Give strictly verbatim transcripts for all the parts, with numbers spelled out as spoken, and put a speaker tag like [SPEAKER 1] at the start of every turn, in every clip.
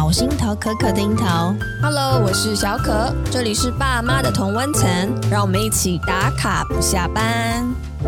[SPEAKER 1] 好心桃可可的樱桃。
[SPEAKER 2] Hello， 我是小可，这里是爸妈的同温层，让我们一起打卡不下班。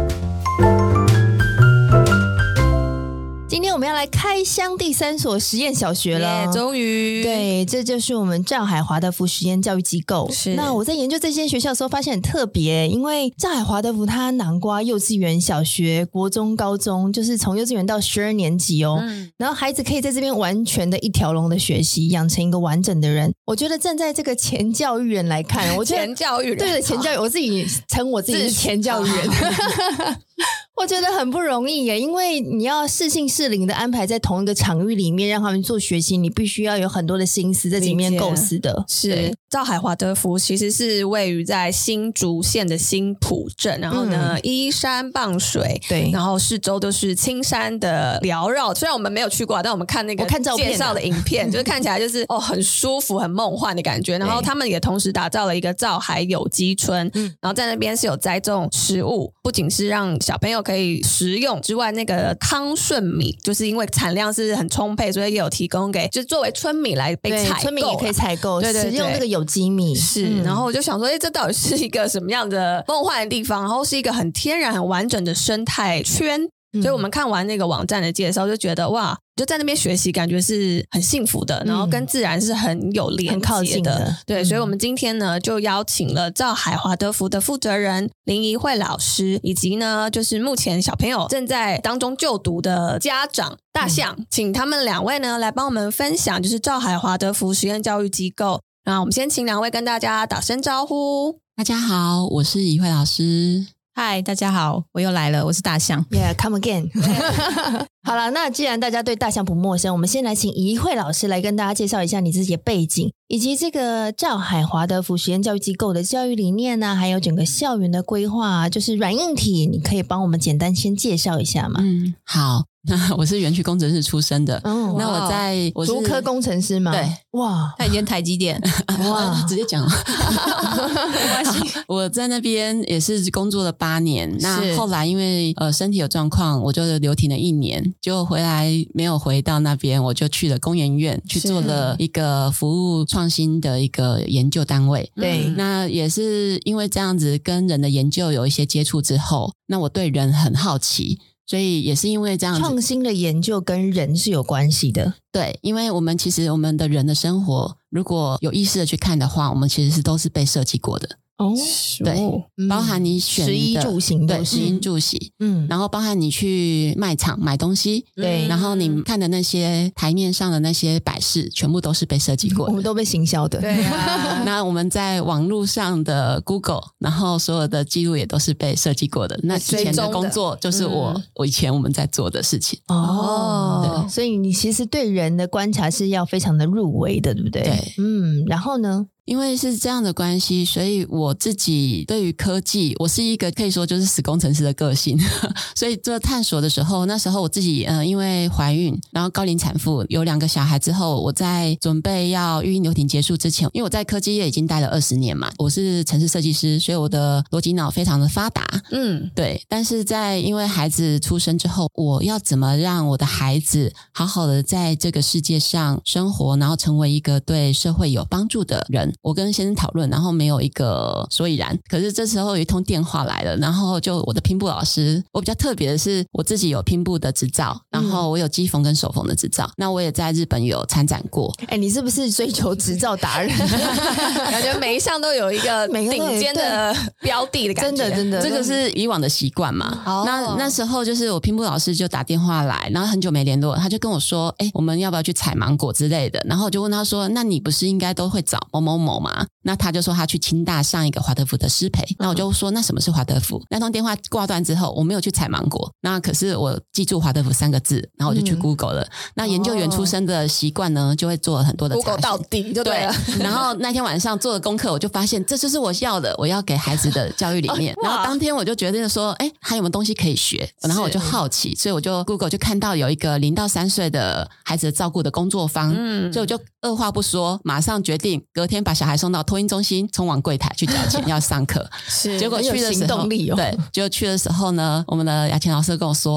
[SPEAKER 1] 今天我们要来开箱第三所实验小学了，
[SPEAKER 2] yeah, 终于，
[SPEAKER 1] 对，这就是我们兆海华德福实验教育机构。
[SPEAKER 2] 是，
[SPEAKER 1] 那我在研究这间学校的时候发现很特别，因为兆海华德福它囊括幼稚园、小学、国中、高中，就是从幼稚园到十二年级哦、嗯、然后孩子可以在这边完全的一条龙的学习，养成一个完整的人。我觉得站在这个前教育人来看，我觉得
[SPEAKER 2] 前教育人，
[SPEAKER 1] 对的，前教育，我自己称我自己是前教育人我觉得很不容易耶，因为你要适性适龄的安排在同一个场域里面让他们做学习，你必须要有很多的心思在里面构思的。
[SPEAKER 2] 是，兆海华德福其实是位于在新竹县的新埔镇，然后呢、嗯、依山傍水，对，然后四周都是青山的缭绕。虽然我们没有去过，但我们看那个介绍的影片，就是看起来就是哦很舒服、很梦幻的感觉。然后他们也同时打造了一个兆海有机村，嗯，然后在那边是有栽种食物，不仅是让小朋友可以食用之外，那个康顺米就是因为产量是很充沛，所以也有提供给就是作为村米来被采购，
[SPEAKER 1] 村民也可以采购，对对对，使用这个有机米
[SPEAKER 2] 是、嗯。然后我就想说，哎，这到底是一个什么样的梦幻的地方？然后是一个很天然、很完整的生态圈。所以我们看完那个网站的介绍，就觉得哇，就在那边学习，感觉是很幸福的，然后跟自然是很有连接的，
[SPEAKER 1] 很靠近的。
[SPEAKER 2] 对、
[SPEAKER 1] 嗯，
[SPEAKER 2] 所以我们今天呢就邀请了兆海华德福的负责人林怡慧老师，以及呢就是目前小朋友正在当中就读的家长大象、嗯，请他们两位呢来帮我们分享，就是兆海华德福实验教育机构。那我们先请两位跟大家打声招呼。
[SPEAKER 3] 大家好，我是怡慧老师。
[SPEAKER 4] 嗨，大家好，我又来了，我是大象。
[SPEAKER 1] Yeah, come again 。好了，那既然大家对大象不陌生，我们先来请怡慧老师来跟大家介绍一下你自己的背景，以及这个兆海华德福实验教育机构的教育理念啊，还有整个校园的规划啊，就是软硬体，你可以帮我们简单先介绍一下吗？
[SPEAKER 3] 嗯，好。那我是园区工程师出身的，
[SPEAKER 1] 哦、
[SPEAKER 3] 那我在我是
[SPEAKER 1] 竹科工程师吗？
[SPEAKER 3] 对，
[SPEAKER 1] 哇，
[SPEAKER 4] 他以前台积电，
[SPEAKER 3] 哇，直接讲，没关系。我在那边也是工作了八年，那后来因为呃身体有状况，我就留停了一年，就回来没有回到那边，我就去了工研院去做了一个服务创新的一个研究单位。
[SPEAKER 1] 对，
[SPEAKER 3] 那也是因为这样子跟人的研究有一些接触之后，那我对人很好奇。所以也是因为这样子，
[SPEAKER 1] 创新的研究跟人是有关系的。
[SPEAKER 3] 对，因为我们其实我们的人的生活，如果有意识的去看的话，我们其实是都是被设计过的。
[SPEAKER 1] 哦，
[SPEAKER 3] 对、嗯，包含你选的
[SPEAKER 1] 食衣住行，
[SPEAKER 3] 对，食衣住行，嗯，然后包含你去卖场买东西，
[SPEAKER 1] 对，
[SPEAKER 3] 然后你看的那些台面上的那些摆饰，全部都是被设计过的，
[SPEAKER 1] 我们都被行销的，
[SPEAKER 2] 对啊。
[SPEAKER 3] 那我们在网络上的 Google， 然后所有的记录也都是被设计过的。那之前的工作就是我、嗯、我以前我们在做的事情。
[SPEAKER 1] 哦，所以你其实对人的观察是要非常的入微的，对不对？
[SPEAKER 3] 对，
[SPEAKER 1] 嗯，然后呢？
[SPEAKER 3] 因为是这样的关系，所以我自己对于科技，我是一个可以说就是死工程师的个性，所以做探索的时候，那时候我自己呃因为怀孕，然后高龄产妇，有两个小孩之后，我在准备要育婴留停结束之前，因为我在科技业已经待了二十年嘛，我是程式设计师，所以我的逻辑脑非常的发达，嗯，对。但是在因为孩子出生之后，我要怎么让我的孩子好好的在这个世界上生活，然后成为一个对社会有帮助的人。我跟先生讨论，然后没有一个所以然。可是这时候有一通电话来了，然后就我的拼布老师，我比较特别的是我自己有拼布的执照，然后我有机缝跟手缝的执照，那我也在日本有参展过。
[SPEAKER 1] 哎，你是不是追求执照达人？
[SPEAKER 2] 感觉每一项都有一个顶尖的标的的感觉，
[SPEAKER 1] 真的真的，
[SPEAKER 3] 这个是以往的习惯嘛。哦、那那时候就是我拼布老师就打电话来，然后很久没联络，他就跟我说，哎，我们要不要去采芒果之类的？然后我就问他说，那你不是应该都会找某某某嘛？那他就说他去清大上一个华德福的师培，那我就说那什么是华德福？那通电话挂断之后，我没有去采芒果，那可是我记住华德福三个字，然后我就去 Google 了。嗯、那研究员出身的习惯呢，就会做很多的查询
[SPEAKER 2] Google 到底就对了。
[SPEAKER 3] 对，然后那天晚上做的功课，我就发现这就是我要的，我要给孩子的教育理念。然后当天我就决定说，哎，还有没有东西可以学？然后我就好奇，所以我就 Google 就看到有一个零到三岁的孩子的照顾的工作坊，嗯，所以我就二话不说，马上决定隔天把小孩送到托婴中心，冲往柜台去缴钱要上课。
[SPEAKER 1] 是，
[SPEAKER 3] 结果去的时候，
[SPEAKER 1] 行动力哦。
[SPEAKER 3] 对，结果去的时候呢，我们的雅琴老师跟我说，哎，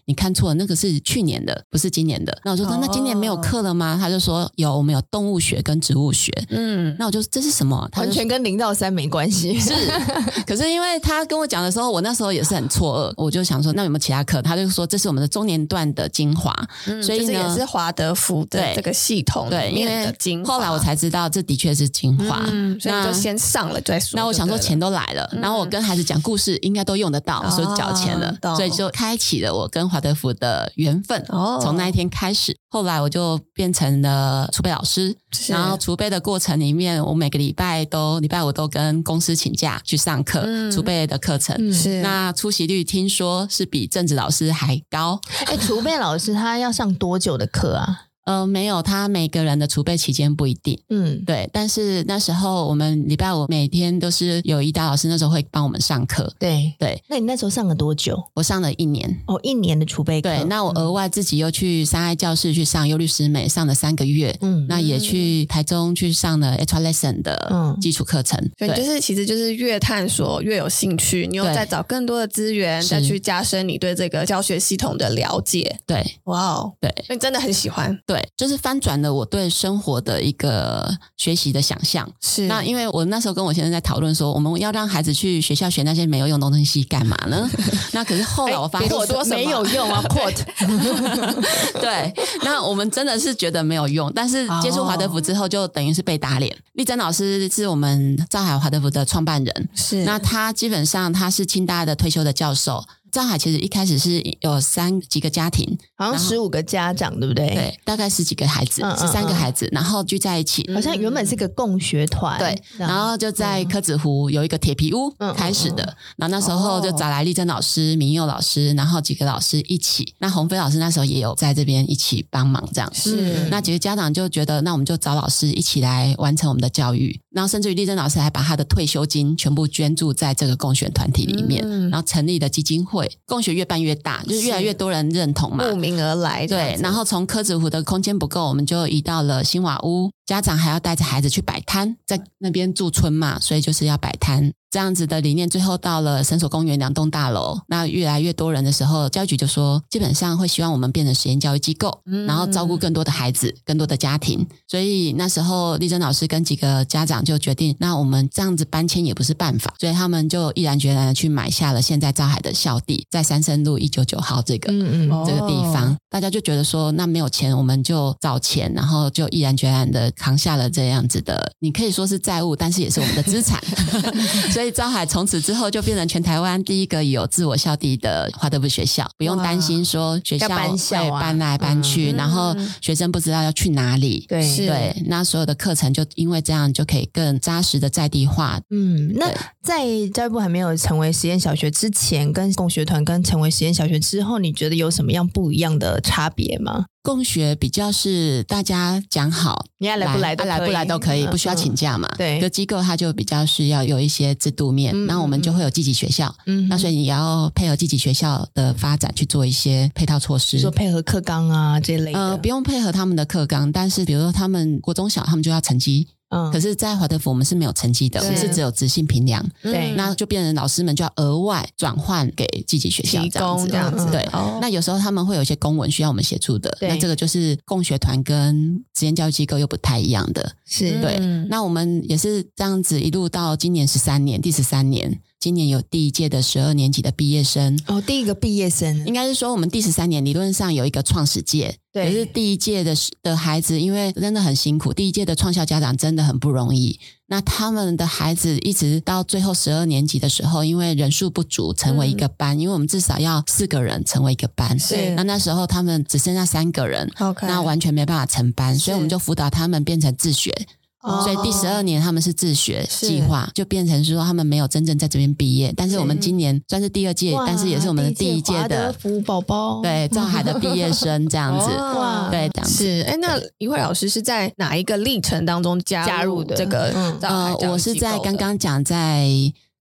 [SPEAKER 3] 你看错了，那个是去年的不是今年的。那我就说、哦、那今年没有课了吗？他就说有，我们有动物学跟植物学。嗯，那我就这是什么？
[SPEAKER 1] 完全跟零到三没关系。
[SPEAKER 3] 是，可是因为他跟我讲的时候，我那时候也是很错愕，我就想说那有没有其他课？他就说这是我们的中年段的精华、嗯、所以呢、
[SPEAKER 2] 就是、也是华德福的这个系统里面的精华。
[SPEAKER 3] 后来我才知道这的确是精华、
[SPEAKER 2] 嗯、所以你就先上了再说。
[SPEAKER 3] 那我想说钱都来了、嗯、然后我跟孩子讲故事应该都用得到、哦、所以缴钱了，所以就开启了我跟华德福的缘分、哦、从那一天开始，后来我就变成了储备老师，然后储备的过程里面我每个礼拜都礼拜五都跟公司请假去上课、嗯、储备的课程、嗯、是那出席率听说是比正职老师还高。
[SPEAKER 1] 哎，储备老师他要上多久的课啊？
[SPEAKER 3] 呃，没有，他每个人的储备期间不一定，嗯，对。但是那时候我们礼拜五每天都是有一达老师，那时候会帮我们上课，
[SPEAKER 1] 对
[SPEAKER 3] 对。
[SPEAKER 1] 那你那时候上了多久？
[SPEAKER 3] 我上了一年，
[SPEAKER 1] 哦，一年的储备课。
[SPEAKER 3] 对，那我额外自己又去三爱教室去上优律师美，上了三个月，嗯，那也去台中去上了 H R Lesson 的基础课程。
[SPEAKER 2] 嗯、对，就是其实就是越探索越有兴趣，你又再找更多的资源，再去加深你对这个教学系统的了解。
[SPEAKER 3] 对，
[SPEAKER 2] 哇哦，
[SPEAKER 3] 对，
[SPEAKER 2] 你真的很喜欢。
[SPEAKER 3] 对。对，就是翻转了我对生活的一个学习的想象。
[SPEAKER 2] 是，
[SPEAKER 3] 那因为我那时候跟我先生在讨论说，我们要让孩子去学校学那些没有用的东西干嘛呢？那可是后来我发现
[SPEAKER 1] 没有用啊 quote
[SPEAKER 3] 对，那我们真的是觉得没有用，但是接触华德福之后就等于是被打脸。丽珍老师是我们兆海华德福的创办人，
[SPEAKER 2] 是，
[SPEAKER 3] 那他基本上他是清大的退休的教授。兆海其实一开始是有三几个家庭，
[SPEAKER 1] 好像十五个家长，对不对？
[SPEAKER 3] 对，大概十几个孩子，十三个孩子，然后聚在一起，
[SPEAKER 1] 好像原本是个共学团，
[SPEAKER 3] 对，然后就在柯子湖有一个铁皮屋开始的，嗯嗯嗯、然后那时候就找来丽珍老师、明佑老师，然后几个老师一起，那鸿飞老师那时候也有在这边一起帮忙，这样是。那几个家长就觉得，那我们就找老师一起来完成我们的教育，然后甚至于丽珍老师还把他的退休金全部捐助在这个共学团体里面，嗯、然后成立了基金会。共学越办越大，就是越来越多人认同嘛，
[SPEAKER 2] 慕名而来。
[SPEAKER 3] 对，然后从柯子湖的空间不够，我们就移到了新瓦屋，家长还要带着孩子去摆摊，在那边驻村嘛，所以就是要摆摊。这样子的理念最后到了绳索公园两栋大楼，那越来越多人的时候，教育局就说基本上会希望我们变成实验教育机构，嗯、然后照顾更多的孩子更多的家庭，所以那时候丽珍老师跟几个家长就决定，那我们这样子搬迁也不是办法，所以他们就毅然决然的去买下了现在兆海的校地，在三圣路一九九号这个嗯嗯这个地方、哦、大家就觉得说那没有钱我们就找钱，然后就毅然决然的扛下了这样子的，你可以说是债务，但是也是我们的资产所以兆海从此之后就变成全台湾第一个有自我校地的华德福学校，不用担心说学校会搬来搬去、啊、然后学生不知道要去哪里，
[SPEAKER 1] 对
[SPEAKER 3] 对，那所有的课程就因为这样就可以更扎实的在地化。
[SPEAKER 1] 嗯，那在教育部还没有成为实验小学之前跟共学团跟成为实验小学之后，你觉得有什么样不一样的差别吗？
[SPEAKER 3] 共学比较是大家讲好，
[SPEAKER 1] 你爱来不来都可以，
[SPEAKER 3] 来不来都可以，不需要请假嘛。
[SPEAKER 1] 嗯、对，
[SPEAKER 3] 个机构它就比较是要有一些制度面，嗯、那我们就会有积极学校，嗯，那所以你要配合积极学校的发展去做一些配套措施，
[SPEAKER 1] 比如说配合课纲啊这类的。
[SPEAKER 3] 呃，不用配合他们的课纲，但是比如说他们国中小他们就要成绩。嗯，可是在华德福我们是没有成绩的，我们是只有质性评量，对，那就变成老师们就要额外转换给积极学校这样子，
[SPEAKER 1] 这样子，
[SPEAKER 3] 对、哦。那有时候他们会有一些公文需要我们协助的，那这个就是共学团跟实验教育机构又不太一样的，
[SPEAKER 1] 是
[SPEAKER 3] 对。那我们也是这样子一路到今年十三年，第十三年。今年有第一届的十二年级的毕业生
[SPEAKER 1] 哦，第一个毕业生，
[SPEAKER 3] 应该是说我们第十三年理论上有一个创始届，对，可是第一届的的孩子因为真的很辛苦，第一届的创校家长真的很不容易，那他们的孩子一直到最后十二年级的时候，因为人数不足成为一个班、嗯、因为我们至少要四个人成为一个班，
[SPEAKER 1] 是
[SPEAKER 3] 那那时候他们只剩下三个人、okay. 那完全没办法成班，所以我们就辅导他们变成自学，所以第十二年他们是自学计划，就变成说他们没有真正在这边毕业，但是我们今年算是第二届，但是也是我们的第一届的
[SPEAKER 1] 华德福宝宝，
[SPEAKER 3] 对，兆海的毕业生这样子，
[SPEAKER 1] 哇，
[SPEAKER 3] 对，这样子
[SPEAKER 2] 是。哎，那怡慧老师是在哪一个历程当中加入这个兆海教育机构的？
[SPEAKER 3] 呃，我是在刚刚讲在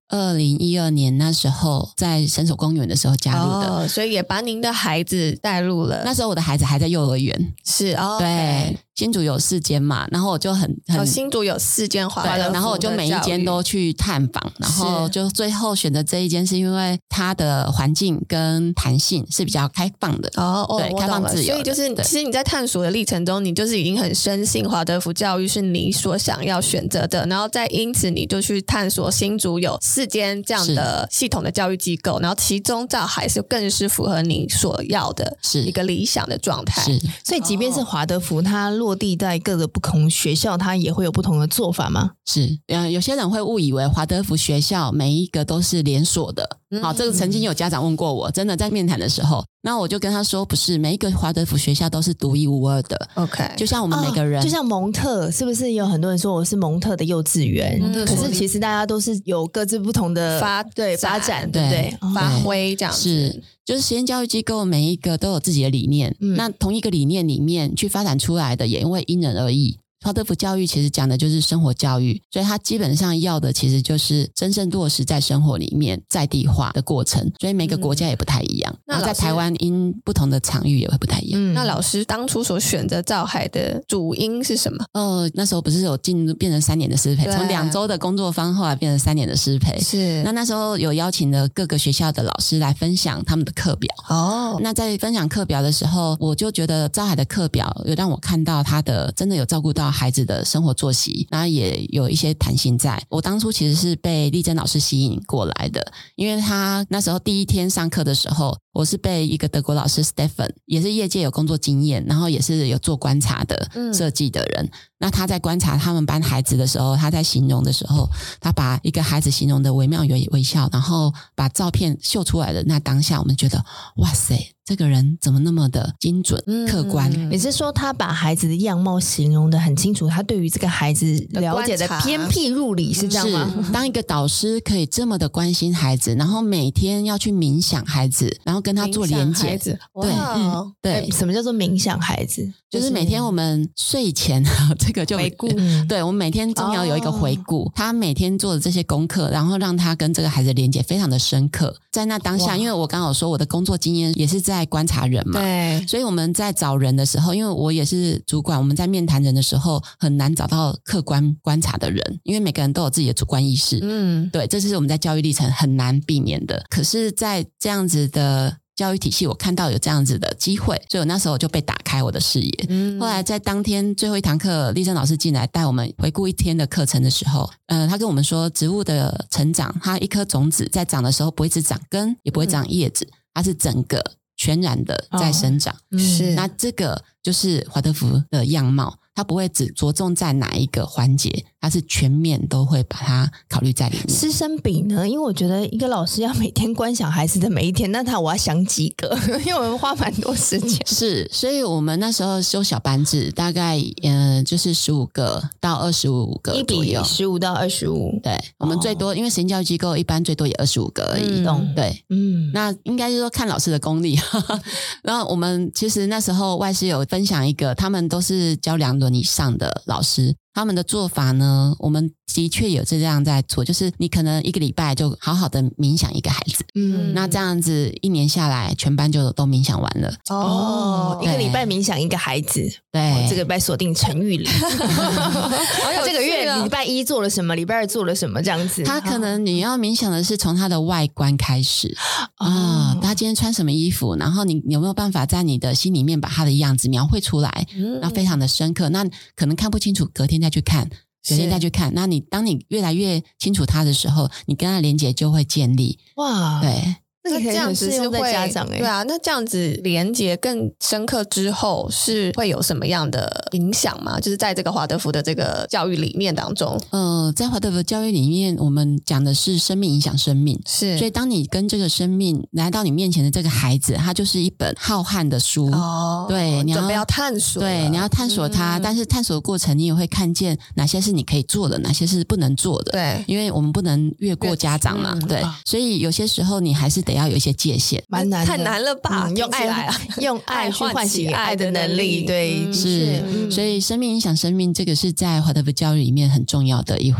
[SPEAKER 3] 二零一二年那时候在伸手公园的时候加入的、
[SPEAKER 2] 哦、所以也把您的孩子带入了。
[SPEAKER 3] 那时候我的孩子还在幼儿园，
[SPEAKER 2] 是哦，
[SPEAKER 3] 对、
[SPEAKER 2] okay
[SPEAKER 3] 新竹有四间嘛，然后我就很很、
[SPEAKER 2] 哦、新竹有四间华德福，
[SPEAKER 3] 然后我就每一间都去探访，然后就最后选择这一间是因为它的环境跟弹性是比较开放的
[SPEAKER 2] 哦，哦
[SPEAKER 3] 对，开放自由的，
[SPEAKER 2] 所以就是其实你在探索的历程中，你就是已经很深信华德福教育是你所想要选择的，然后再因此你就去探索新竹有四间这样的系统的教育机构，然后其中照还是更是符合你所要的一个理想的状态。
[SPEAKER 3] 是，
[SPEAKER 1] 所以即便是华德福它落地在各个不同学校，它也会有不同的做法吗？
[SPEAKER 3] 是，呃，有些人会误以为华德福学校每一个都是连锁的。好，这个曾经有家长问过我，真的在面谈的时候，那我就跟他说，不是每一个华德福学校都是独一无二的。
[SPEAKER 2] OK，
[SPEAKER 3] 就像我们每个人，
[SPEAKER 1] 哦、就像蒙特，是不是有很多人说我是蒙特的幼稚园、嗯？可是其实大家都是有各自不同的
[SPEAKER 2] 发
[SPEAKER 1] 对发展，对不对？
[SPEAKER 3] 对
[SPEAKER 2] 发挥这样子。
[SPEAKER 3] 是，就是实验教育机构每一个都有自己的理念，嗯、那同一个理念里面去发展出来的，也因为因人而异。华德福教育其实讲的就是生活教育，所以它基本上要的其实就是真正落实在生活里面在地化的过程，所以每个国家也不太一样、嗯、那在台湾因不同的场域也会不太一样、
[SPEAKER 2] 嗯、那老师当初所选择兆海的主因是什么？
[SPEAKER 3] 呃，那时候不是有进变成三年的师培，从两周的工作坊后来变成三年的师培，
[SPEAKER 2] 是
[SPEAKER 3] 那那时候有邀请了各个学校的老师来分享他们的课表
[SPEAKER 2] 哦。
[SPEAKER 3] 那在分享课表的时候，我就觉得兆海的课表有让我看到他的真的有照顾到孩子的生活作息，然后也有一些弹性在。我当初其实是被丽珍老师吸引过来的，因为他那时候第一天上课的时候，我是被一个德国老师 Stephen， 也是业界有工作经验，然后也是有做观察的设计的人、嗯、那他在观察他们班孩子的时候，他在形容的时候，他把一个孩子形容的惟妙惟肖，然后把照片秀出来的那当下，我们觉得哇塞，这个人怎么那么的精准、嗯、客观。
[SPEAKER 1] 也是说他把孩子的样貌形容得很清楚，他对于这个孩子了解的鞭辟入里，是这样吗？
[SPEAKER 3] 是，当一个导师可以这么的关心孩子，然后每天要去冥想孩子，然后跟他做连结。对、嗯、对，
[SPEAKER 1] 什么叫做冥想孩子？
[SPEAKER 3] 就是每天我们睡前这个就
[SPEAKER 2] 回顾，
[SPEAKER 3] 对，我们每天重要有一个回顾、哦、他每天做的这些功课，然后让他跟这个孩子连结非常的深刻。在那当下，因为我刚好说我的工作经验也是在观察人嘛，
[SPEAKER 2] 对，
[SPEAKER 3] 所以我们在找人的时候，因为我也是主管，我们在面谈人的时候很难找到客观观察的人，因为每个人都有自己的主观意识，嗯，对，这是我们在教育历程很难避免的。可是在这样子的教育体系，我看到有这样子的机会，所以我那时候就被打开我的视野、嗯、后来在当天最后一堂课，丽珍老师进来带我们回顾一天的课程的时候，呃，他跟我们说植物的成长，它一颗种子在长的时候不会只长根，也不会长叶子、嗯、它是整个全然的在生长、
[SPEAKER 2] 哦、是，
[SPEAKER 3] 那这个就是华德福的样貌，它不会只着重在哪一个环节，它是全面都会把它考虑在里面。
[SPEAKER 1] 师生比呢？因为我觉得一个老师要每天观想孩子的每一天，那他我要想几个，因为我们花蛮多时间。
[SPEAKER 3] 是，所以我们那时候修小班制，大概嗯、呃、就是十五个到二十五个左右，
[SPEAKER 1] 一比十五到二十五。
[SPEAKER 3] 对，我们最多、哦、因为实验教育机构一般最多也二十五个而已。
[SPEAKER 1] 嗯、
[SPEAKER 3] 对，嗯，那应该是说看老师的功力。然后我们其实那时候外师有分享一个，他们都是教两轮以上的老师，他们的做法呢，我们的确有这样在做，就是你可能一个礼拜就好好的冥想一个孩子，嗯，那这样子一年下来，全班就都冥想完了。
[SPEAKER 1] 哦，一个礼拜冥想一个孩子，
[SPEAKER 3] 对，
[SPEAKER 1] 哦、这个礼拜锁定陈玉玲。这个月礼拜一做了什么，礼拜二做了什么，这样子。
[SPEAKER 3] 他可能你要冥想的是从他的外观开始啊、哦，他今天穿什么衣服，然后你有没有办法在你的心里面把他的样子描绘出来，嗯、然后非常的深刻。那可能看不清楚，隔天再去看。隔天再去看，那你当你越来越清楚他的时候，你跟他的连结就会建立。
[SPEAKER 1] 哇，
[SPEAKER 3] 对。
[SPEAKER 1] 那这样子是会家长哎，
[SPEAKER 2] 对啊，那这样子连结更深刻之后，是会有什么样的影响吗？就是在这个华德福的这个教育理念当中，
[SPEAKER 3] 呃，在华德福教育里面，我们讲的是生命影响生命，
[SPEAKER 2] 是，
[SPEAKER 3] 所以当你跟这个生命来到你面前的这个孩子，他就是一本浩瀚的书，
[SPEAKER 2] 哦，
[SPEAKER 3] 对，你要
[SPEAKER 2] 准备要探索，
[SPEAKER 3] 对，你要探索它、嗯，但是探索的过程，你也会看见哪些是你可以做的，哪些是不能做的，
[SPEAKER 2] 对，
[SPEAKER 3] 因为我们不能越过家长嘛，嗯、对、啊，所以有些时候你还是得要有一些界限。
[SPEAKER 1] 蛮难的，
[SPEAKER 2] 太难了吧？
[SPEAKER 1] 嗯、用爱来，用爱去唤醒爱的能力，对，
[SPEAKER 3] 嗯、是、嗯。所以生命影响生命，这个是在华德福教育里面很重要的一环。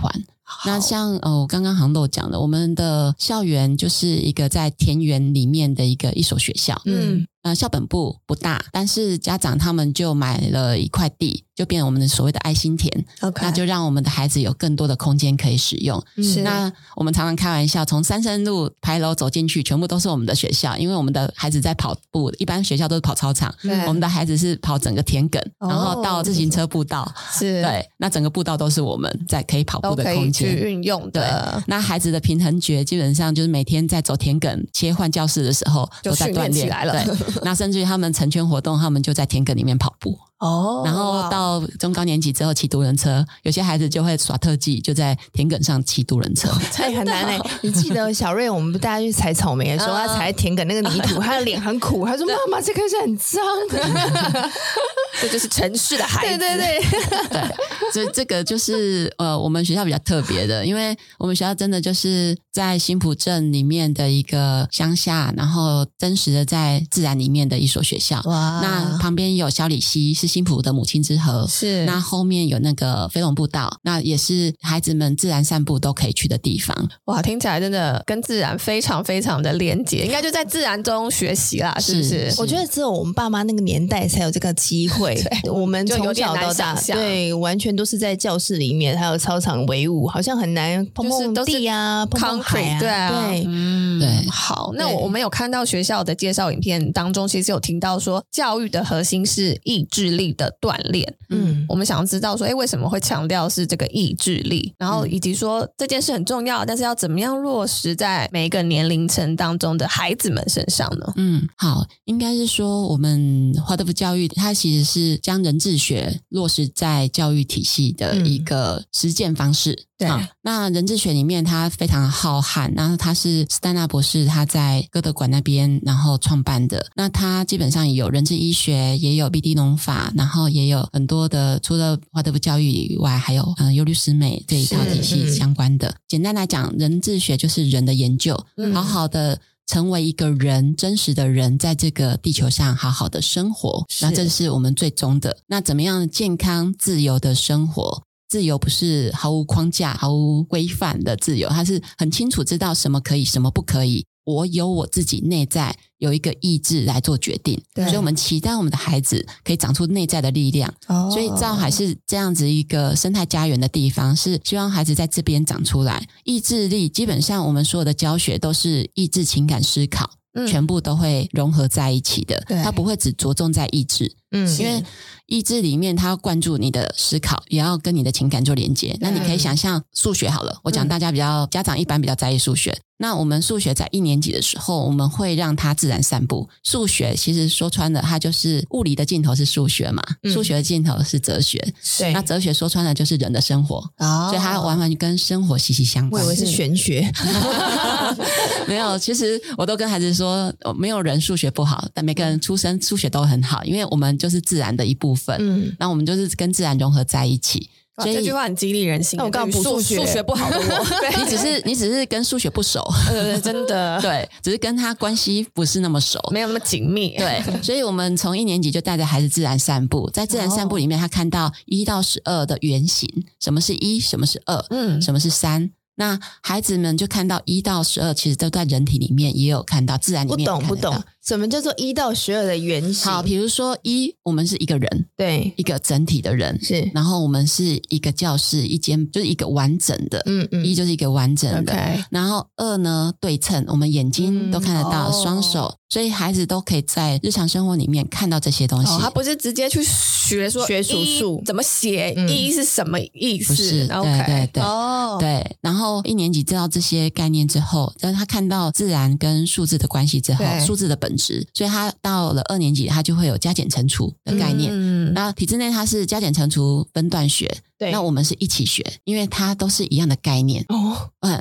[SPEAKER 3] 那像呃，我刚刚好像都讲了，我们的校园就是一个在田园里面的一个一所学校，嗯，呃，校本部不大，但是家长他们就买了一块地，就变成我们的所谓的爱心田，
[SPEAKER 2] okay.
[SPEAKER 3] 那就让我们的孩子有更多的空间可以使用。是，那我们常常开玩笑，从三圣路牌楼走进去，全部都是我们的学校，因为我们的孩子在跑步，一般学校都是跑操场，我们的孩子是跑整个田埂，然后到自行车步道，是，对，那整个步道都是我们在可以跑步的空间。
[SPEAKER 2] 去运用的，
[SPEAKER 3] 对，那孩子的平衡觉基本上就是每天在走田埂切换教室的时候都在锻炼
[SPEAKER 2] 起来了。
[SPEAKER 3] 对，那甚至于他们成圈活动，他们就在田埂里面跑步。哦，然后到中高年级之后骑独轮车，有些孩子就会耍特技，就在田埂上骑独轮车。
[SPEAKER 1] 这很难嘞、欸！你记得小瑞，我们大家去采草莓的时候，他踩田埂那个泥土，他的脸很苦，他说：“妈妈，这个是很脏的。”
[SPEAKER 2] 这就是城市的孩子。
[SPEAKER 1] 对对对
[SPEAKER 3] 对，所以这个就是呃，我们学校比较特别的，因为我们学校真的就是在新埔镇里面的一个乡下，然后真实的在自然里面的一所学校。哇！那旁边有小里溪，是新埔的母亲之河，是。那后面有那个飞龙步道，那也是孩子们自然散步都可以去的地方。
[SPEAKER 2] 哇，听起来真的跟自然非常非常的连结，应该就在自然中学习啦，是不是？
[SPEAKER 1] 是我觉得只有我们爸妈那个年代才有这个机会，我们从小到大，对，完全都是在教室里面，还有操场围舞，好像很难碰碰地啊，碰碰海啊，
[SPEAKER 2] 对啊，
[SPEAKER 1] 对，
[SPEAKER 2] 嗯，对。好，那我们有看到学校的介绍影片当中，其实有听到说，教育的核心是意志力的锻炼。嗯，我们想要知道说，哎，为什么会强调是这个意志力？然后以及说这件事很重要，但是要怎么样落实在每一个年龄层当中的孩子们身上呢？
[SPEAKER 3] 嗯，好，应该是说我们华德福教育，它其实是将人智学落实在教育体系的一个实践方式。嗯对、啊，那人智学里面它非常浩瀚，然后它是斯丹纳博士他在哥德馆那边然后创办的，那它基本上也有人智医学，也有 B D 农法，然后也有很多的除了华德福教育以外，还有嗯优律师美这一套体系相关的。简单来讲，人智学就是人的研究，嗯、好好的成为一个人，真实的人，在这个地球上好好的生活，那这是我们最终的。那怎么样健康自由的生活？自由不是毫无框架、毫无规范的自由，它是很清楚知道什么可以，什么不可以。我有我自己内在有一个意志来做决定，所以我们期待我们的孩子可以长出内在的力量。哦、所以兆海是这样子一个生态家园的地方，是希望孩子在这边长出来。意志力基本上我们所有的教学都是意志、情感、思考。嗯、全部都会融合在一起的，它不会只着重在意志，嗯，因为意志里面它要灌注你的思考，也要跟你的情感做连接。那你可以想象数学好了，我讲大家比较、嗯、家长一般比较在意数学。那我们数学在一年级的时候，我们会让它自然散步。数学其实说穿了，它就是物理的尽头是数学嘛，嗯、数学的尽头是哲学。对，那哲学说穿了就是人的生活，哦、所以它完全跟生活息息相关。
[SPEAKER 1] 我以为是玄学，
[SPEAKER 3] 没有。其实我都跟孩子说，没有人数学不好，但每个人出生数学都很好，因为我们就是自然的一部分。嗯，那我们就是跟自然融合在一起。
[SPEAKER 2] 所以这句话很激励人心。
[SPEAKER 1] 那我刚刚补数学，
[SPEAKER 2] 数学不好的我，
[SPEAKER 3] 你只是你只是跟数学不熟，
[SPEAKER 2] 呃，真的，
[SPEAKER 3] 对，只是跟他关系不是那么熟，
[SPEAKER 2] 没有那么紧密。
[SPEAKER 3] 对，所以我们从一年级就带着孩子自然散步，在自然散步里面，他看到一到十二的原型，什么是一，什么是二，嗯，什么是三。那孩子们就看到一到十二，其实都在人体里面也有看到，自然里面也看到。
[SPEAKER 1] 不懂不懂，什么叫做一到十二的原型？
[SPEAKER 3] 好，比如说一，我们是一个人，
[SPEAKER 1] 对，
[SPEAKER 3] 一个整体的人是，然后我们是一个教室，一间就是一个完整的，嗯嗯，一就是一个完整的。Okay. 然后二呢，对称，我们眼睛都看得到，嗯、双手。哦，所以孩子都可以在日常生活里面看到这些东西。
[SPEAKER 2] 哦、他不是直接去学说
[SPEAKER 1] 学数数
[SPEAKER 2] 怎么写，嗯、一是什么意思？
[SPEAKER 3] 不是，
[SPEAKER 2] okay.
[SPEAKER 3] 对对对，哦，对。然后一年级知道这些概念之后，但是他看到自然跟数字的关系之后，数字的本质，所以他到了二年级，他就会有加减乘除的概念。嗯，那体制内它是加减乘除分段学，对，那我们是一起学，因为它都是一样的概念。哦，嗯。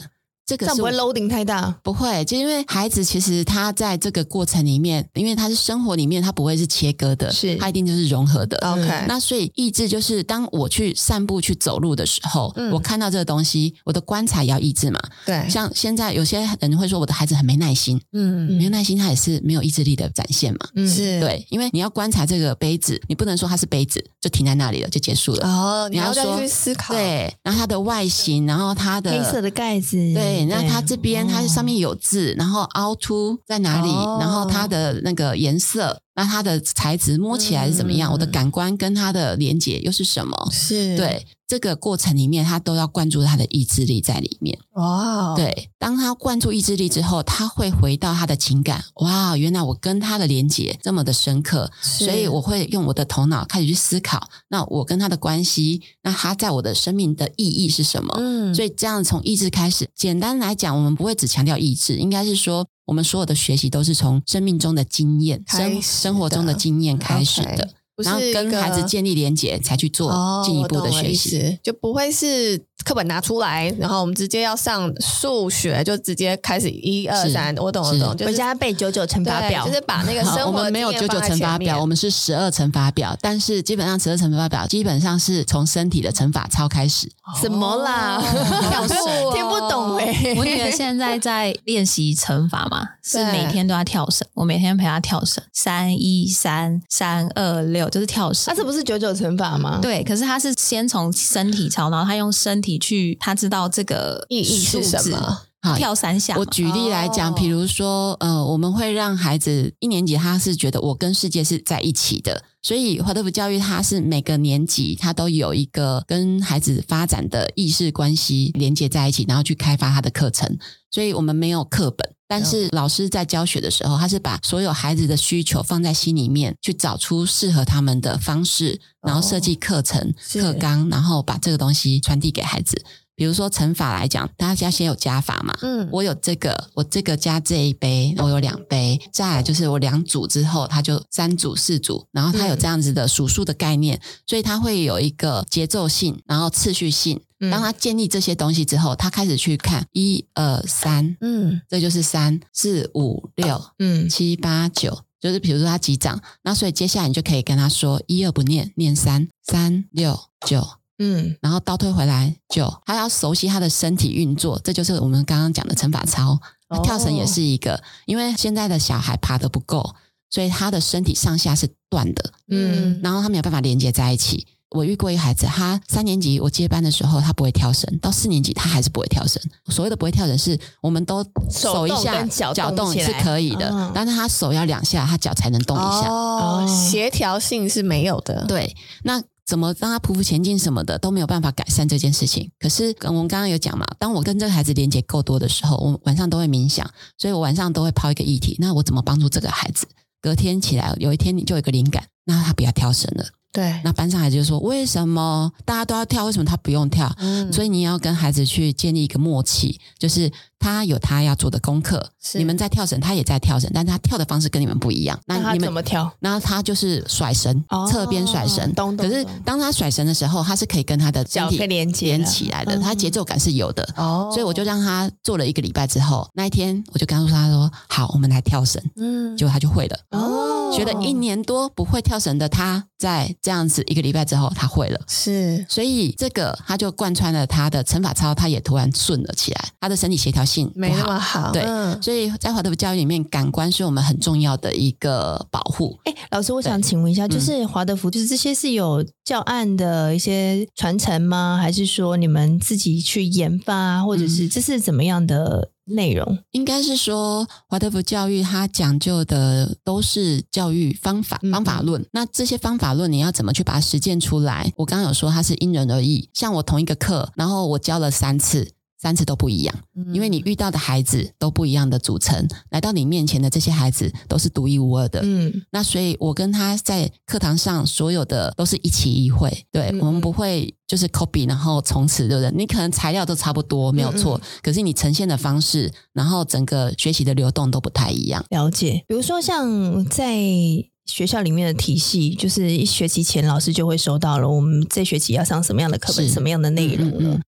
[SPEAKER 3] 这个
[SPEAKER 1] 这样不会 loading 太大？
[SPEAKER 3] 不会，就因为孩子其实他在这个过程里面，因为他是生活里面，他不会是切割的，
[SPEAKER 1] 是
[SPEAKER 3] 他一定就是融合的。
[SPEAKER 2] OK，
[SPEAKER 3] 那所以意志就是当我去散步去走路的时候，嗯、我看到这个东西，我的观察也要意志嘛。
[SPEAKER 2] 对，
[SPEAKER 3] 像现在有些人会说我的孩子很没耐心，嗯，没有耐心，他也是没有意志力的展现嘛。
[SPEAKER 2] 嗯，是
[SPEAKER 3] 对，因为你要观察这个杯子，你不能说它是杯子就停在那里了就结束了。
[SPEAKER 2] 哦，你要
[SPEAKER 3] 说
[SPEAKER 2] 再去思考，
[SPEAKER 3] 对，然后它的外形，然后它的
[SPEAKER 1] 黑色的盖子，
[SPEAKER 3] 对，那它这边它上面有字，然后凹凸在哪里，哦、然后它的那个颜色。那它的材质摸起来是怎么样？嗯、我的感官跟它的连结又是什么？
[SPEAKER 2] 是
[SPEAKER 3] 对这个过程里面，他都要灌注他的意志力在里面。
[SPEAKER 2] 哇，
[SPEAKER 3] 对，当他灌注意志力之后，他会回到他的情感。哇，原来我跟他的连结这么的深刻，所以我会用我的头脑开始去思考，那我跟他的关系，那他在我的生命的意义是什么？嗯，所以这样从意志开始，简单来讲，我们不会只强调意志，应该是说。我们所有的学习都是从生命中的经验、生生活中的经验开始的，
[SPEAKER 2] okay,
[SPEAKER 3] 然后跟孩子建立连结，才去做进一步的学习，
[SPEAKER 2] 哦、就不会是课本拿出来，然后我们直接要上数学，就直接开始一二三，我懂我懂，
[SPEAKER 1] 就是回家背九九乘法表，
[SPEAKER 2] 就是把那个生活
[SPEAKER 3] 我们没有九九乘法表，我们是十二乘法表，但是基本上十二乘法表基本上是从身体的乘法操开始。
[SPEAKER 1] 什么啦？
[SPEAKER 2] 哦、
[SPEAKER 1] 听不懂哎、欸！
[SPEAKER 4] 我女儿现在在练习乘法嘛，是每天都要跳绳，我每天陪她跳绳，三一三三二六就是跳绳。
[SPEAKER 1] 那、啊、这不是九九乘法吗？
[SPEAKER 4] 对，可是她是先从身体操，然后她用身体去，她知道这个
[SPEAKER 2] 意义是什么。
[SPEAKER 4] 跳三下。
[SPEAKER 3] 我举例来讲，比如说，呃，我们会让孩子一年级，他是觉得我跟世界是在一起的，所以华德福教育它是每个年级它都有一个跟孩子发展的意识关系连接在一起，然后去开发他的课程。所以我们没有课本，但是老师在教学的时候，他是把所有孩子的需求放在心里面，去找出适合他们的方式，然后设计课程、课纲，然后把这个东西传递给孩子。比如说乘法来讲，大家先有加法嘛，嗯，我有这个，我这个加这一杯，我有两杯，再来就是我两组之后，它就三组、四组，然后它有这样子的数数的概念，嗯、所以它会有一个节奏性，然后次序性。当他建立这些东西之后，他开始去看一二三，嗯，这就是三四五六，嗯，七八九，就是比如说他击掌，那所以接下来你就可以跟他说一二不念，念三三六九。嗯，然后倒退回来九，他要熟悉他的身体运作，这就是我们刚刚讲的乘法操。哦、跳绳也是一个，因为现在的小孩爬得不够，所以他的身体上下是断的，嗯，然后他没有办法连接在一起。我遇过一个孩子，他三年级我接班的时候他不会跳绳，到四年级他还是不会跳绳。所谓的不会跳绳是我们都手一下脚动是可以的，嗯、但是他手要两下他脚才能动一下，
[SPEAKER 2] 哦，协调性是没有的。
[SPEAKER 3] 对，那怎么让他匍匐前进什么的都没有办法改善这件事情。可是我们刚刚有讲嘛，当我跟这个孩子连接够多的时候，我晚上都会冥想，所以我晚上都会抛一个议题，那我怎么帮助这个孩子隔天起来有一天你就有一个灵感，那他不要跳绳了。
[SPEAKER 2] 对，
[SPEAKER 3] 那班上孩子就说为什么大家都要跳，为什么他不用跳？嗯，所以你要跟孩子去建立一个默契，就是他有他要做的功课，你们在跳绳，他也在跳绳，但是他跳的方式跟你们不一样。
[SPEAKER 1] 那他怎么跳？
[SPEAKER 3] 然后他就是甩绳，哦、侧边甩绳。
[SPEAKER 1] 咚咚咚。
[SPEAKER 3] 可是当他甩绳的时候，他是可以跟他的身体连连起来的，嗯、他节奏感是有的。哦，所以我就让他做了一个礼拜之后，那一天我就跟他说，他说好，我们来跳绳。嗯，结果他就会了。哦，学了一年多不会跳绳的他，在这样子一个礼拜之后他会了。
[SPEAKER 2] 是，
[SPEAKER 3] 所以这个他就贯穿了他的乘法操，他也突然顺了起来，他的身体协调性
[SPEAKER 2] 没那么好。
[SPEAKER 3] 对，嗯、所以在华德福教育里面，感官是我们很重要的一个保护。
[SPEAKER 1] 哎，老师，我想请问一下，就是华德福，就是这些是有教案的一些传承吗？还是说你们自己去研发，或者是这是怎么样的内容？
[SPEAKER 3] 应该是说华德福教育它讲究的都是教育方法、方法论。嗯、那这些方法论你要怎么去把它实践出来？我刚刚有说它是因人而异，像我同一个课，然后我教了三次。三次都不一样，因为你遇到的孩子都不一样的组成，来到你面前的这些孩子都是独一无二的。嗯，那所以我跟他在课堂上所有的都是一期一会，对、嗯、我们不会就是 copy 然后从此对不对？你可能材料都差不多没有错，嗯嗯可是你呈现的方式，然后整个学习的流动都不太一样。
[SPEAKER 1] 了解，比如说像在学校里面的体系，就是一学期前老师就会收到了我们这学期要上什么样的课本，什么样的内容了。嗯嗯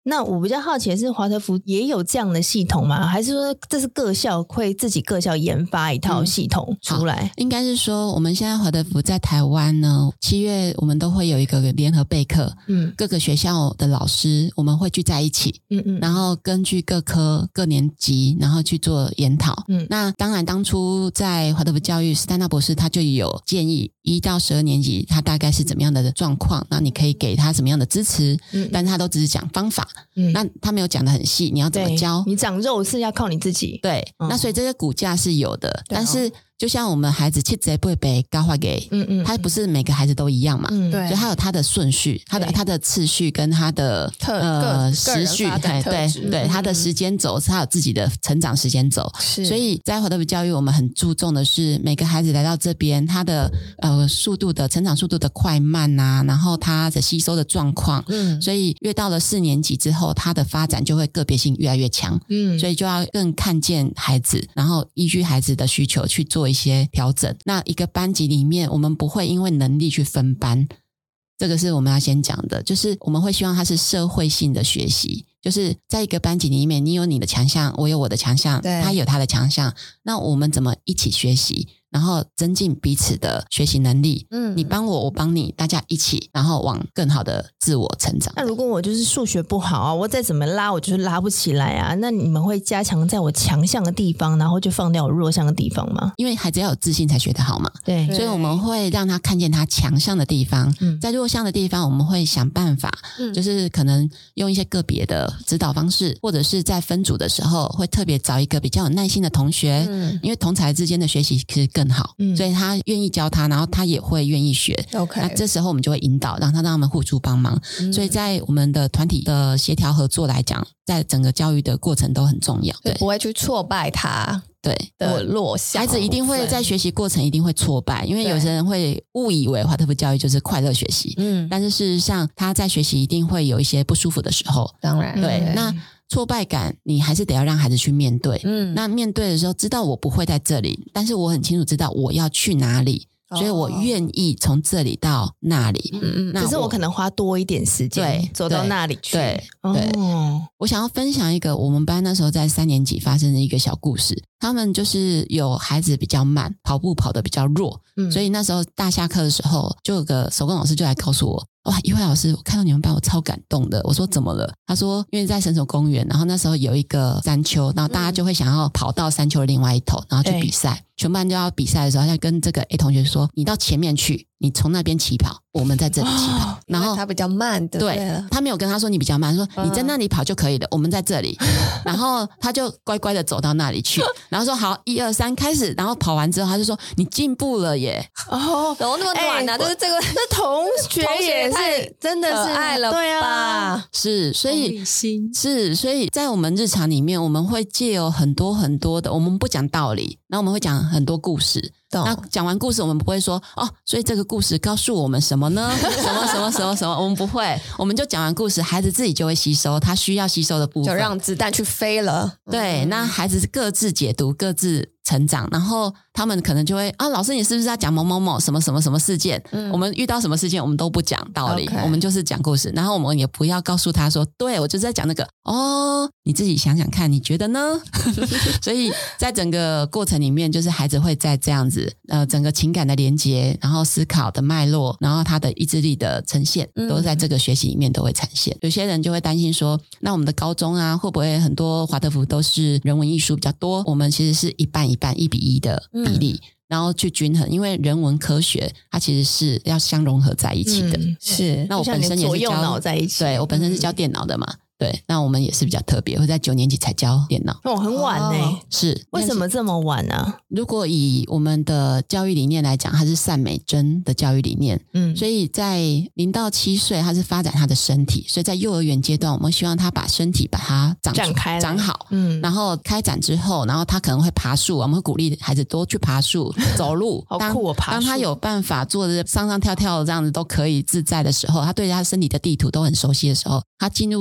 [SPEAKER 1] 那我比较好奇的是，华德福也有这样的系统吗？还是说这是各校会自己各校研发一套系统出来？
[SPEAKER 3] 嗯、应该是说，我们现在华德福在台湾呢，七月我们都会有一个联合备课，嗯，各个学校的老师我们会聚在一起，嗯嗯，然后根据各科各年级，然后去做研讨。嗯，那当然，当初在华德福教育，史丹纳博士他就有建议，一到十二年级他大概是怎么样的状况，那你可以给他什么样的支持，嗯，但是他都只是讲方法。嗯，那他没有讲得很细，你要怎么教？
[SPEAKER 1] 你长肉是要靠你自己。
[SPEAKER 3] 对，嗯、那所以这些骨架是有的，但是就像我们孩子七岁不会被教化给，嗯嗯，他不是每个孩子都一样嘛，嗯，对，所以他有他的顺序，他的他的次序跟他的呃时序，对对对，他的时间轴是他有自己的成长时间轴，是，所以在华德福教育，我们很注重的是每个孩子来到这边，他的呃速度的成长速度的快慢啊，然后他的吸收的状况，嗯，所以越到了四年级之后，他的发展就会个别性越来越强，嗯，所以就要更看见孩子，然后依据孩子的需求去做一些调整。那一个班级里面，我们不会因为能力去分班，这个是我们要先讲的，就是我们会希望它是社会性的学习，就是在一个班级里面，你有你的强项，我有我的强项，他有他的强项，那我们怎么一起学习，然后增进彼此的学习能力，嗯，你帮我我帮你，大家一起然后往更好的自我成长。
[SPEAKER 1] 那如果我就是数学不好啊，我再怎么拉我就是拉不起来啊，那你们会加强在我强项的地方，然后就放掉我弱项的地方吗？
[SPEAKER 3] 因为孩子要有自信才学得好嘛，对，所以我们会让他看见他强项的地方，嗯，在弱项的地方我们会想办法，嗯，就是可能用一些个别的指导方式，或者是在分组的时候会特别找一个比较有耐心的同学，嗯，因为同侪之间的学习其实更好，嗯，所以他愿意教他，然后他也会愿意学， OK， 那这时候我们就会引导，让他让他们互助帮忙，嗯，所以在我们的团体的协调合作来讲，在整个教育的过程都很重要，
[SPEAKER 2] 对，不会去挫败他对的弱项，
[SPEAKER 3] 孩子一定会在学习过程一定会挫败，因为有些人会误以为华德福教育就是快乐学习，嗯，但是事实上他在学习一定会有一些不舒服的时候，
[SPEAKER 2] 当然
[SPEAKER 3] 对，嗯，那挫败感你还是得要让孩子去面对，嗯，那面对的时候知道我不会在这里，但是我很清楚知道我要去哪里，所以我愿意从这里到那里，嗯
[SPEAKER 1] 嗯，可是我可能花多一点时间对走到那里去，
[SPEAKER 3] 对对，哦，我想要分享一个我们班那时候在三年级发生的一个小故事。他们就是有孩子比较慢，跑步跑得比较弱，嗯，所以那时候大下课的时候，就有个手工老师就来告诉我，哇，一慧老师，我看到你们班我超感动的。我说怎么了？他说因为在神手公园，然后那时候有一个山丘，然后大家就会想要跑到山丘的另外一头，然后去比赛，全班就要比赛的时候，他就跟这个 A 同学说，你到前面去，你从那边起跑，我们在这里起跑，哦，
[SPEAKER 2] 然后他比较慢的，
[SPEAKER 3] 对，他没有跟他说你比较慢，说你在那里跑就可以了，我们在这里，然后他就乖乖的走到那里去，然后说好，一二三开始，然后跑完之后他就说你进步了耶，
[SPEAKER 2] 哦，怎么那么短啊，就是这个
[SPEAKER 1] 那同学也是真的是
[SPEAKER 2] 爱了吧，对啊，
[SPEAKER 3] 是，所以是，所以在我们日常里面，我们会借由很多很多的，我们不讲道理，然后我们会讲很多故事。那讲完故事我们不会说哦，所以这个故事告诉我们什么呢？什么什么什么什么，我们不会，我们就讲完故事，孩子自己就会吸收他需要吸收的部分，
[SPEAKER 2] 就让子弹去飞了。
[SPEAKER 3] 对，嗯，那孩子各自解读，各自成长，然后他们可能就会啊，老师你是不是要讲某某某什么什么什么事件，嗯，我们遇到什么事件我们都不讲道理， okay， 我们就是讲故事，然后我们也不要告诉他说对我就是在讲那个哦，你自己想想看你觉得呢？所以在整个过程里面，就是孩子会在这样子呃，整个情感的连结，然后思考的脉络，然后他的意志力的呈现，都在这个学习里面都会产现，嗯，有些人就会担心说那我们的高中啊会不会很多华德福都是人文艺术比较多，我们其实是一半一半一比一的比例，嗯，然后去均衡，因为人文科学它其实是要相融合在一起的，
[SPEAKER 1] 嗯，是，
[SPEAKER 3] 那我本身也是教
[SPEAKER 1] 脑在一起，
[SPEAKER 3] 对，我本身是教电脑的嘛，嗯，对，那我们也是比较特别，会在九年级才教电脑，
[SPEAKER 1] 哦，很晚呢，欸，
[SPEAKER 3] 是，
[SPEAKER 1] 为什么这么晚呢，啊？
[SPEAKER 3] 如果以我们的教育理念来讲，它是善美珍的教育理念，嗯，所以在零到七岁，它是发展他的身体，所以在幼儿园阶段，我们希望他把身体把它长
[SPEAKER 1] 展开
[SPEAKER 3] 长好，嗯，然后开展之后，然后他可能会爬树，我们会鼓励孩子多去爬树、走路，
[SPEAKER 1] 好酷哦，爬树。
[SPEAKER 3] 当他有办法做的上上跳跳这样子都可以自在的时候，他对他身体的地图都很熟悉的时候，他进入到了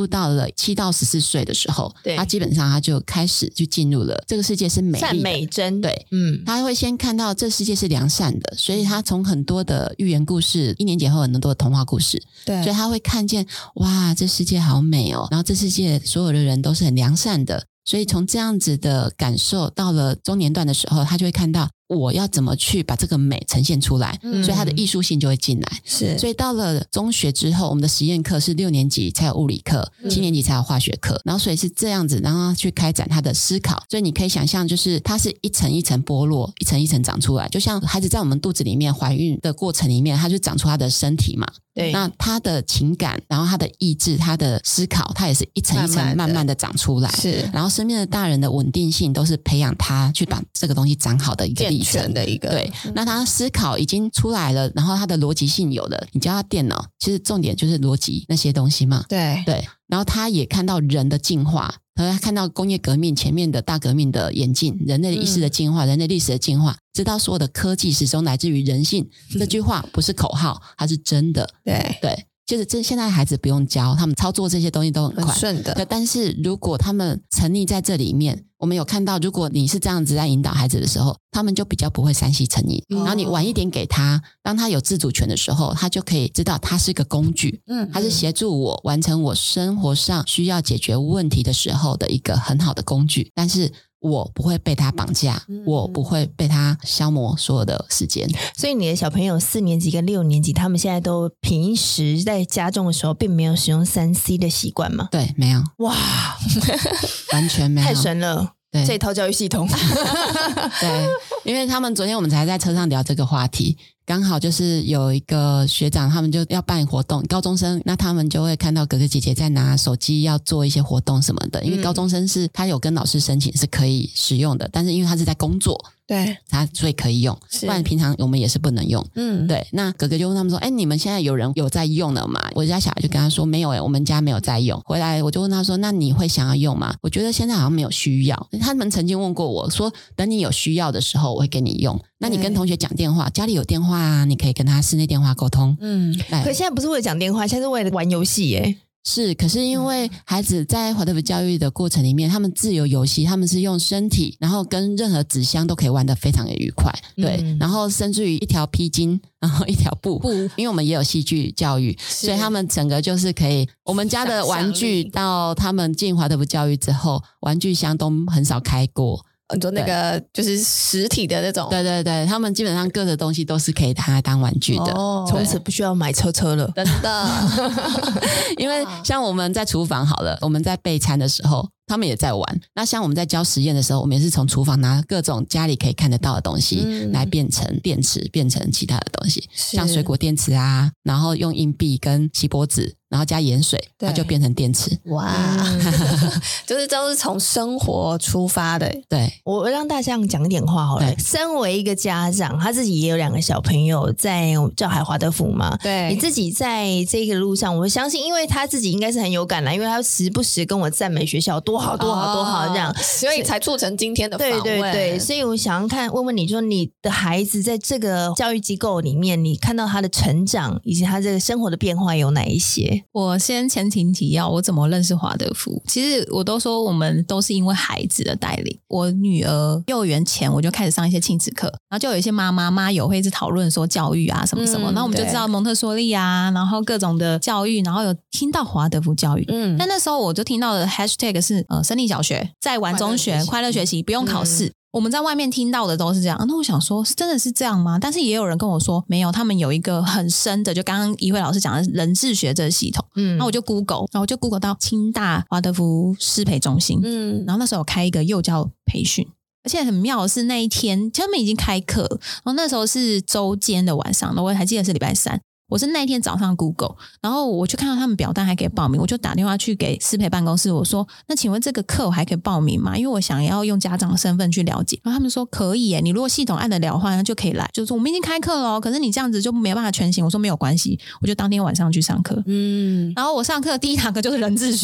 [SPEAKER 3] 了七到十四岁的时候，他基本上他就开始就进入了这个世界是美丽的
[SPEAKER 1] 善美真，
[SPEAKER 3] 对，
[SPEAKER 1] 嗯，
[SPEAKER 3] 他会先看到这世界是良善的，所以他从很多的寓言故事，一年级后很多的童话故事，
[SPEAKER 2] 对，
[SPEAKER 3] 所以他会看见哇，这世界好美哦，然后这世界所有的人都是很良善的，所以从这样子的感受到了中年段的时候，他就会看到我要怎么去把这个美呈现出来，嗯、所以他的艺术性就会进来。
[SPEAKER 2] 是，
[SPEAKER 3] 所以到了中学之后，我们的实验课是六年级才有物理课，嗯、七年级才有化学课，然后所以是这样子，让他去开展他的思考。所以你可以想象，就是它是一层一层剥落，一层一层长出来，就像孩子在我们肚子里面怀孕的过程里面，他就长出他的身体嘛。
[SPEAKER 1] 对，
[SPEAKER 3] 那他的情感，然后他的意志，他的思考，他也是一层一层慢慢的长出来。
[SPEAKER 2] 是，
[SPEAKER 3] 然后身边的大人的稳定性，都是培养他去把这个东西长好的一个历程
[SPEAKER 2] 的一个。
[SPEAKER 3] 对，那他思考已经出来了，然后他的逻辑性有了，你教他电脑，其实重点就是逻辑那些东西嘛。
[SPEAKER 2] 对
[SPEAKER 3] 对，然后他也看到人的进化，他看到工业革命前面的大革命的演进，人类意识的进化，嗯、人类历史的进化，知道所有的科技始终来自于人性。这句话不是口号，它是真的。
[SPEAKER 2] 对
[SPEAKER 3] 对。就是这现在孩子不用教，他们操作这些东西都很快，
[SPEAKER 2] 很顺的。
[SPEAKER 3] 对，但是如果他们沉溺在这里面，我们有看到，如果你是这样子在引导孩子的时候，他们就比较不会三 C 成瘾。嗯、然后你晚一点给他，当他有自主权的时候，他就可以知道他是个工具，嗯，他是协助我完成我生活上需要解决问题的时候的一个很好的工具，但是我不会被他绑架，嗯、我不会被他消磨所有的时间。
[SPEAKER 1] 所以你的小朋友四年级跟六年级，他们现在都平时在家中的时候，并没有使用三 C 的习惯吗？
[SPEAKER 3] 对，没有。
[SPEAKER 1] 哇，
[SPEAKER 3] 完全没有，
[SPEAKER 1] 太神了！
[SPEAKER 3] 对，
[SPEAKER 1] 这套教育系统。
[SPEAKER 3] 对，因为他们昨天我们才在车上聊这个话题。刚好就是有一个学长，他们就要办活动，高中生，那他们就会看到哥哥姐姐在拿手机要做一些活动什么的，因为高中生是他有跟老师申请是可以使用的，但是因为他是在工作，
[SPEAKER 2] 对，
[SPEAKER 3] 他所以可以用，不然平常我们也是不能用。嗯，对。那哥哥就问他们说：“哎，你们现在有人有在用了吗？”我家小孩就跟他说：“没有哎，我们家没有在用。”回来我就问他说：“那你会想要用吗？”我觉得现在好像没有需要。他们曾经问过我说：“等你有需要的时候，我会给你用。那你跟同学讲电话，家里有电话啊，你可以跟他室内电话沟通。”嗯，
[SPEAKER 1] 可现在不是为了讲电话，现在是为了玩游戏耶。
[SPEAKER 3] 是，可是因为孩子在华德福教育的过程里面，他们自由游戏，他们是用身体，然后跟任何纸箱都可以玩得非常的愉快，对，嗯、然后甚至于一条披巾，然后一条布，布因为我们也有戏剧教育，所以他们整个就是可以，我们家的玩具到他们进华德福教育之后，玩具箱都很少开过。
[SPEAKER 2] 很多那个就是实体的那种，
[SPEAKER 3] 对对对，他们基本上各的东西都是可以拿来当玩具的，
[SPEAKER 1] 哦、从此不需要买车车了，
[SPEAKER 2] 真的。
[SPEAKER 3] 因为像我们在厨房好了，我们在备餐的时候，他们也在玩。那像我们在教实验的时候，我们也是从厨房拿各种家里可以看得到的东西、嗯、来变成电池，变成其他的东西，像水果电池啊，然后用硬币跟锡箔纸，然后加盐水，它就变成电池。
[SPEAKER 2] 哇，嗯、就是都是从生活出发的。
[SPEAKER 3] 对，
[SPEAKER 1] 我让大象讲一点话好了。身为一个家长，他自己也有两个小朋友在教海华德福嘛。
[SPEAKER 2] 对，
[SPEAKER 1] 你自己在这个路上，我相信，因为他自己应该是很有感啦，因为他时不时跟我赞美学校多好多好多好这样，哦、
[SPEAKER 2] 所以才促成今天的访问。
[SPEAKER 1] 对对对，所以我想要看问问你说，你的孩子在这个教育机构里面，你看到他的成长以及他这个生活的变化有哪一些？
[SPEAKER 4] 我先前情提要，我怎么认识华德福？其实我都说我们都是因为孩子的带领。我女儿幼儿园前我就开始上一些亲子课，然后就有一些妈妈妈友会一直讨论说教育啊什么什么，那、嗯、我们就知道蒙特梭利啊，然后各种的教育，然后有听到华德福教育。嗯，但那时候我就听到的 hashtag 是呃森林小学在玩中学，快乐学习不用考试。嗯，我们在外面听到的都是这样，那我想说真的是这样吗？但是也有人跟我说没有，他们有一个很深的，就刚刚怡慧老师讲的人智学这个系统。嗯，那我就 Google， 然后我就 Google 到清大华德福师培中心。嗯，然后那时候有开一个幼教培训，而且很妙的是那一天他们已经开课，然后那时候是周间的晚上，我还记得是礼拜三。我是那一天早上 Google， 然后我就看到他们表单还可以报名，我就打电话去给师培办公室，我说那请问这个课我还可以报名吗？因为我想要用家长的身份去了解。然后他们说可以耶，你如果系统按得了的话那就可以来，就是说我们已经开课了，可是你这样子就没办法全行。我说没有关系，我就当天晚上去上课。嗯，然后我上课第一堂课就是人智学，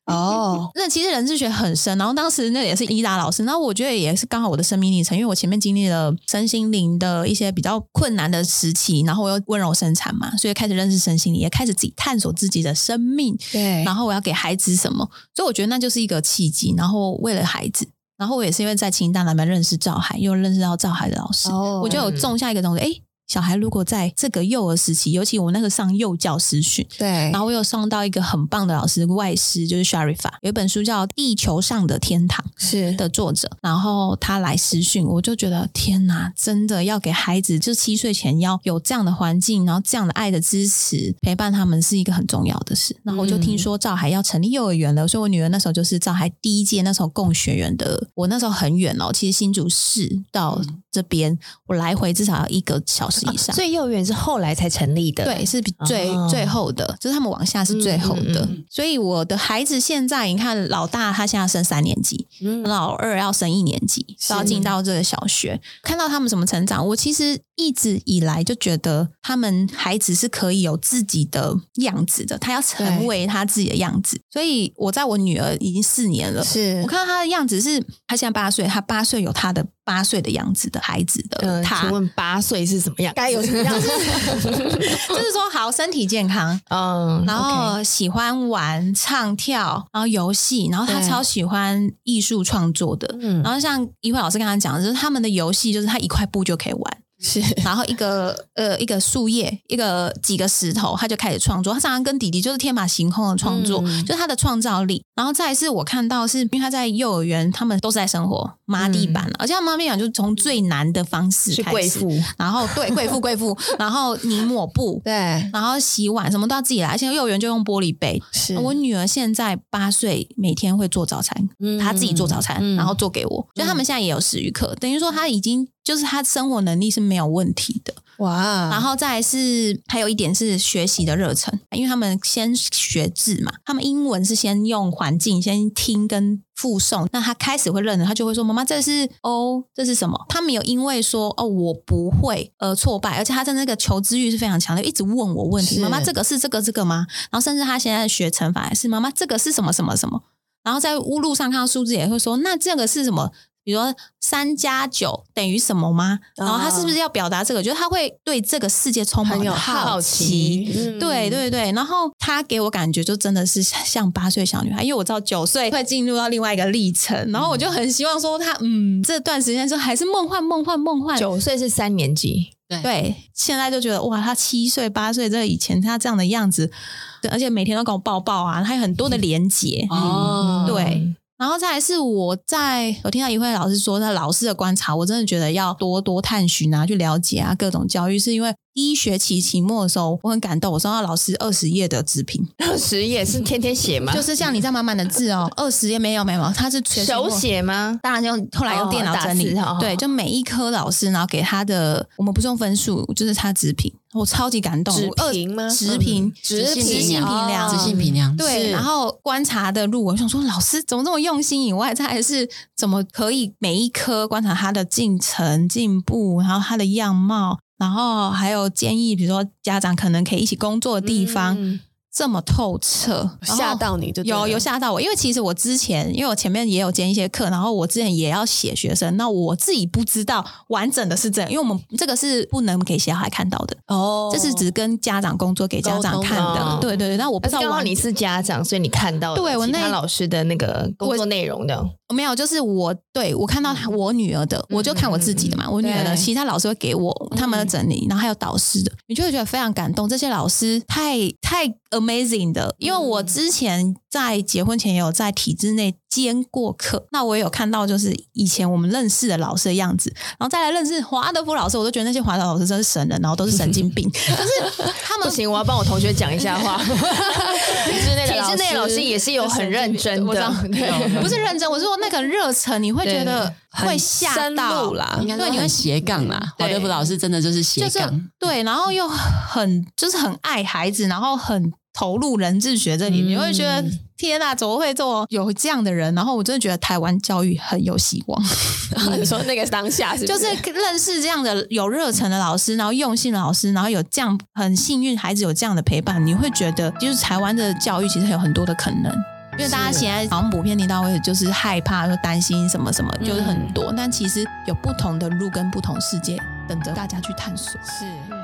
[SPEAKER 4] 哦，那其实人智学很深，然后当时那也是伊达老师，然后我觉得也是刚好我的生命历程，因为我前面经历了身心灵的一些比较困难的时期，然后我又温柔生产嘛，所以开始认识身心灵，也开始自己探索自己的生命，
[SPEAKER 2] 对，
[SPEAKER 4] 然后我要给孩子什么，所以我觉得那就是一个契机，然后为了孩子。然后我也是因为在清大那边认识兆海，又认识到兆海的老师，哦、我就有种下一个东西，哎。小孩如果在这个幼儿时期，尤其我那个上幼教师训，
[SPEAKER 2] 对，
[SPEAKER 4] 然后我有上到一个很棒的老师外师，就是 Sharifa， 有一本书叫《地球上的天堂》
[SPEAKER 2] 是
[SPEAKER 4] 的作者，然后他来师训，我就觉得天哪，真的要给孩子就七岁前要有这样的环境，然后这样的爱的支持陪伴他们是一个很重要的事。然后我就听说兆海要成立幼儿园了，所以我女儿那时候就是兆海第一届那时候供学员的，我那时候很远哦，其实新竹市到这边我来回至少要一个小时以上、
[SPEAKER 1] 啊、所以幼儿园是后来才成立的，
[SPEAKER 4] 对，是最、哦、最后的，就是他们往下是最后的、嗯嗯嗯、所以我的孩子现在你看老大他现在升三年级、嗯、老二要升一年级，都要进到这个小学，看到他们怎么成长，我其实一直以来就觉得他们孩子是可以有自己的样子的，他要成为他自己的样子，所以我在我女儿已经四年了，是我看到他的样子是他现在八岁，他八岁有他的八岁的样子的孩子的、呃、他
[SPEAKER 1] 请问八岁是什么样
[SPEAKER 2] 该有什么样子
[SPEAKER 4] 就是说好身体健康，嗯，然后喜欢玩唱跳，然后游戏，然后他超喜欢艺术创作的，嗯，然后像一慧老师跟他讲，就是他们的游戏就是他一块布就可以玩，是，然后一个呃一个树叶，一个几个石头，他就开始创作。他常常跟弟弟就是天马行空的创作，嗯、就是他的创造力。然后再来是我看到是因为他在幼儿园，他们都是在生活抹地板，嗯、而且他妈咪讲就是从最难的方式开始，
[SPEAKER 1] 是贵妇，
[SPEAKER 4] 然后对贵妇贵妇，然后泥抹布，对，然后洗碗什么都要自己来，而且幼儿园就用玻璃杯。是我女儿现在八岁，每天会做早餐，嗯、她自己做早餐，嗯、然后做给我。就他们现在也有食育课，等于说她已经就是她生活能力是没有问题的。哇！然后再来是还有一点是学习的热忱，因为他们先学字嘛，他们英文是先用环境先听跟复诵，那他开始会认得，他就会说妈妈这是哦这是什么，他没有因为说哦我不会而挫败，而且他的那个求知欲是非常强的，一直问我问题，妈妈这个是这个这个吗？然后甚至他现在学乘法也是妈妈这个是什么什么什么，然后在路上看到数字也会说那这个是什么，比如说三加九等于什么吗？然后他是不是要表达这个？就是他会对这个世界充满了好奇，嗯、对对对。然后他给我感觉就真的是像八岁小女孩，因为我知道九岁会进入到另外一个历程，然后我就很希望说他嗯这段时间就还是梦幻梦幻梦幻。
[SPEAKER 1] 九岁是三年级，
[SPEAKER 4] 对对，现在就觉得哇，他七岁八岁，这以前他这样的样子，而且每天都跟我抱抱啊，他有很多的连结哦，对。然后再来是我在有听到一慧老师说他老师的观察，我真的觉得要多多探寻啊，去了解啊各种教育，是因为第一学期期末的时候我很感动，我收到老师二十页的纸评，
[SPEAKER 1] 二十页是天天写吗？
[SPEAKER 4] 就是像你这样满满的字哦，二十页没有没有，他是
[SPEAKER 1] 手写吗？
[SPEAKER 4] 当然用后来用电脑整理，哦、对，就每一科老师然后给他的，我们不是用分数，就是他纸评。我超级感动，
[SPEAKER 2] 直评吗？
[SPEAKER 4] 直评，
[SPEAKER 3] 直
[SPEAKER 4] 性评量，
[SPEAKER 3] 直性评量，
[SPEAKER 4] 对。然后观察的路，我想说，老师怎么这么用心？以外，他还是怎么可以每一科观察他的进程、进步，然后他的样貌，然后还有建议，比如说家长可能可以一起工作的地方。嗯这么透彻，
[SPEAKER 2] 吓到你就
[SPEAKER 4] 有有吓到我，因为其实我之前因为我前面也有兼一些课，然后我之前也要写学生，那我自己不知道完整的是这样，因为我们这个是不能给小孩看到的哦，这是只跟家长工作给家长看的，哦、对对对。那我不知道
[SPEAKER 1] 刚好你是家长，所以你看到对我其他老师的那个工作内容的
[SPEAKER 4] 没有，就是我对我看到我女儿的，我就看我自己的嘛，嗯、我女儿的，其他老师会给我他们的整理，然后还有导师的，你就会觉得非常感动，这些老师太太 amazing 的，因为我之前在结婚前也有在体制内兼过课，那我也有看到就是以前我们认识的老师的样子，然后再来认识华德福老师，我都觉得那些华德老师真是神人，然后都是神经病，可是他们
[SPEAKER 1] 不行，我要帮我同学讲一下话。体制内的老师，体制内老师也是有很认真的，
[SPEAKER 4] 不是认真，我是说那个热忱，你会觉得会吓到
[SPEAKER 3] 啦，应该对，你会斜杠啦。华德福老师真的就是斜杠，就是、
[SPEAKER 4] 对，然后又很就是很爱孩子，然后很投入人智学这里，嗯、你会觉得天哪，怎么会做有这样的人？然后我真的觉得台湾教育很有希望。
[SPEAKER 2] 你说那个当下是不是
[SPEAKER 4] 就是认识这样的有热忱的老师，然后用心的老师，然后有这样很幸运孩子有这样的陪伴，你会觉得就是台湾的教育其实有很多的可能。 因为大家现在好像普遍听到会就是害怕说担心什么什么就是很多、嗯、但其实有不同的路跟不同世界等着大家去探索。
[SPEAKER 2] 是